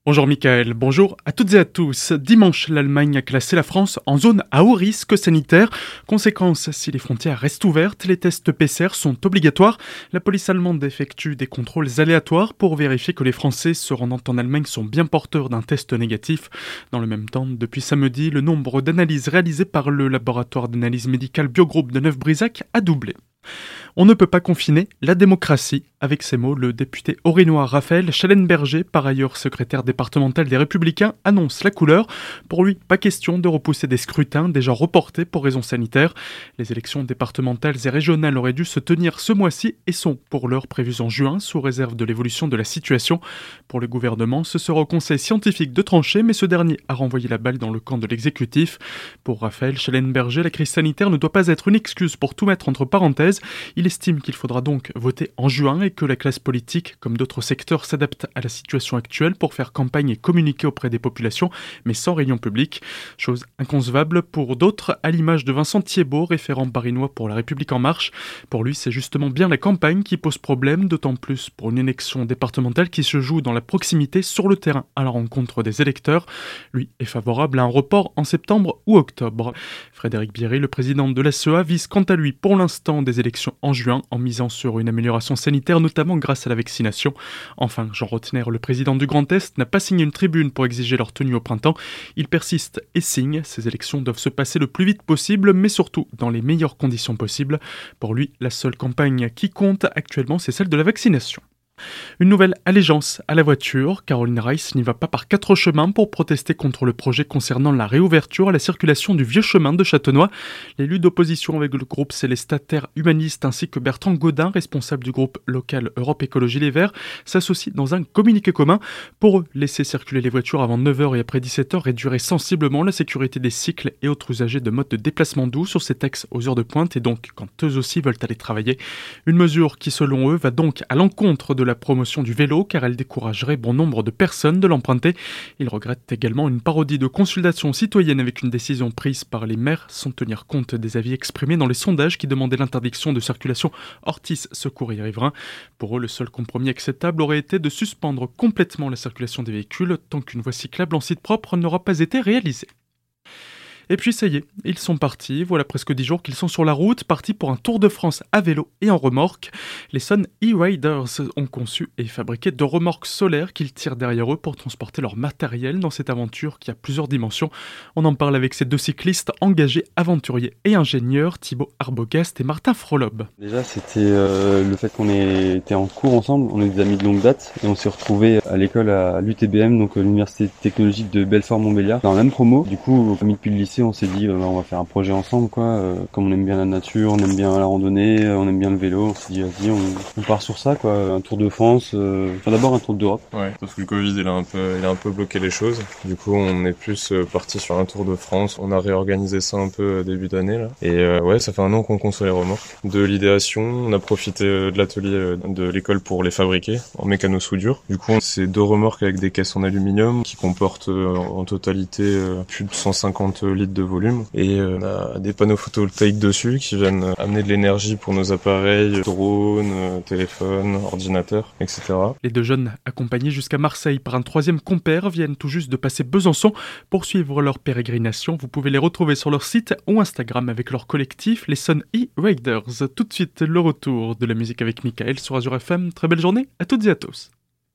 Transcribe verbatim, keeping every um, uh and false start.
Bonjour Mickaël, bonjour à toutes et à tous. Dimanche, l'Allemagne a classé la France en zone à haut risque sanitaire. Conséquence, si les frontières restent ouvertes, les tests P C R sont obligatoires. La police allemande effectue des contrôles aléatoires pour vérifier que les Français se rendant en Allemagne sont bien porteurs d'un test négatif. Dans le même temps, depuis samedi, le nombre d'analyses réalisées par le laboratoire d'analyse médicale Biogroupe de Neuf-Brisach a doublé. On ne peut pas confiner la démocratie. Avec ces mots, le député haut-rhinois Raphaël Schellenberger, par ailleurs secrétaire départemental des Républicains, annonce la couleur. Pour lui, pas question de repousser des scrutins déjà reportés pour raisons sanitaires. Les élections départementales et régionales auraient dû se tenir ce mois-ci et sont pour l'heure prévues en juin, sous réserve de l'évolution de la situation. Pour le gouvernement, ce sera au conseil scientifique de trancher, mais ce dernier a renvoyé la balle dans le camp de l'exécutif. Pour Raphaël Schellenberger, la crise sanitaire ne doit pas être une excuse pour tout mettre entre parenthèses. Il estime qu'il faudra donc voter en juin et que la classe politique, comme d'autres secteurs, s'adapte à la situation actuelle pour faire campagne et communiquer auprès des populations, mais sans réunion publique. Chose inconcevable pour d'autres, à l'image de Vincent Thiébaut, référent barinois pour La République En Marche. Pour lui, c'est justement bien la campagne qui pose problème, d'autant plus pour une élection départementale qui se joue dans la proximité, sur le terrain, à la rencontre des électeurs. Lui est favorable à un report en septembre ou octobre. Frédéric Bierry, le président de l'A S E A, vise quant à lui pour l'instant des élections en juin, en misant sur une amélioration sanitaire, notamment grâce à la vaccination. Enfin, Jean Rotner, le président du Grand Est, n'a pas signé une tribune pour exiger leur tenue au printemps. Il persiste et signe. Ces élections doivent se passer le plus vite possible, mais surtout dans les meilleures conditions possibles. Pour lui, la seule campagne qui compte actuellement, c'est celle de la vaccination. Une nouvelle allégeance à la voiture. Caroline Reiss n'y va pas par quatre chemins pour protester contre le projet concernant la réouverture à la circulation du vieux chemin de Châtenois. L'élu d'opposition avec le groupe Célestataire Humaniste ainsi que Bertrand Gaudin, responsable du groupe local Europe Écologie Les Verts, s'associent dans un communiqué commun. Pour eux, laisser circuler les voitures avant neuf heures et après dix-sept heures réduirait sensiblement la sécurité des cycles et autres usagers de modes de déplacement doux sur ces axes aux heures de pointe et donc quand eux aussi veulent aller travailler. Une mesure qui, selon eux, va donc à l'encontre de la promotion du vélo car elle découragerait bon nombre de personnes de l'emprunter. Ils regrettent également une parodie de consultation citoyenne avec une décision prise par les maires sans tenir compte des avis exprimés dans les sondages qui demandaient l'interdiction de circulation Ortis, Secours et Riverains. Pour eux, le seul compromis acceptable aurait été de suspendre complètement la circulation des véhicules tant qu'une voie cyclable en site propre n'aura pas été réalisée. Et puis ça y est, ils sont partis, voilà presque dix jours qu'ils sont sur la route, partis pour un Tour de France à vélo et en remorque. Les Sun E-Riders ont conçu et fabriqué deux remorques solaires qu'ils tirent derrière eux pour transporter leur matériel dans cette aventure qui a plusieurs dimensions. On en parle avec ces deux cyclistes engagés, aventuriers et ingénieurs, Thibaut Arbogast et Martin Frolob. Déjà c'était euh, le fait qu'on était en cours ensemble, on est des amis de longue date et on s'est retrouvés à l'école à l'U T B M, donc l'Université technologique de Belfort-Montbéliard, dans la même promo. Du coup, comme depuis le lycée, on s'est dit euh, on va faire un projet ensemble quoi, euh, comme on aime bien la nature, on aime bien la randonnée, on aime bien le vélo, on s'est dit vas-y on, on part sur ça quoi, un Tour de France, euh, enfin d'abord un Tour d'Europe. Ouais, parce que le Covid il a un peu, il a un peu bloqué les choses. Du coup on est plus euh, parti sur un Tour de France. On a réorganisé ça un peu euh, début d'année là. Et euh, ouais, ça fait un an qu'on conçoit les remorques. De l'idéation, on a profité euh, de l'atelier euh, de l'école pour les fabriquer en mécano-soudure. Du coup c'est deux remorques avec des caisses en aluminium qui comportent euh, en totalité euh, plus de cent cinquante litres de volume. Et euh, on a des panneaux photovoltaïques dessus qui viennent amener de l'énergie pour nos appareils, drones, euh, téléphones, ordinateurs, et cetera. Les deux jeunes, accompagnés jusqu'à Marseille par un troisième compère, viennent tout juste de passer Besançon pour suivre leur pérégrination. Vous pouvez les retrouver sur leur site ou Instagram avec leur collectif, les Sun E-Riders. Tout de suite, le retour de la musique avec Mickaël sur Azure F M. Très belle journée à toutes et à tous.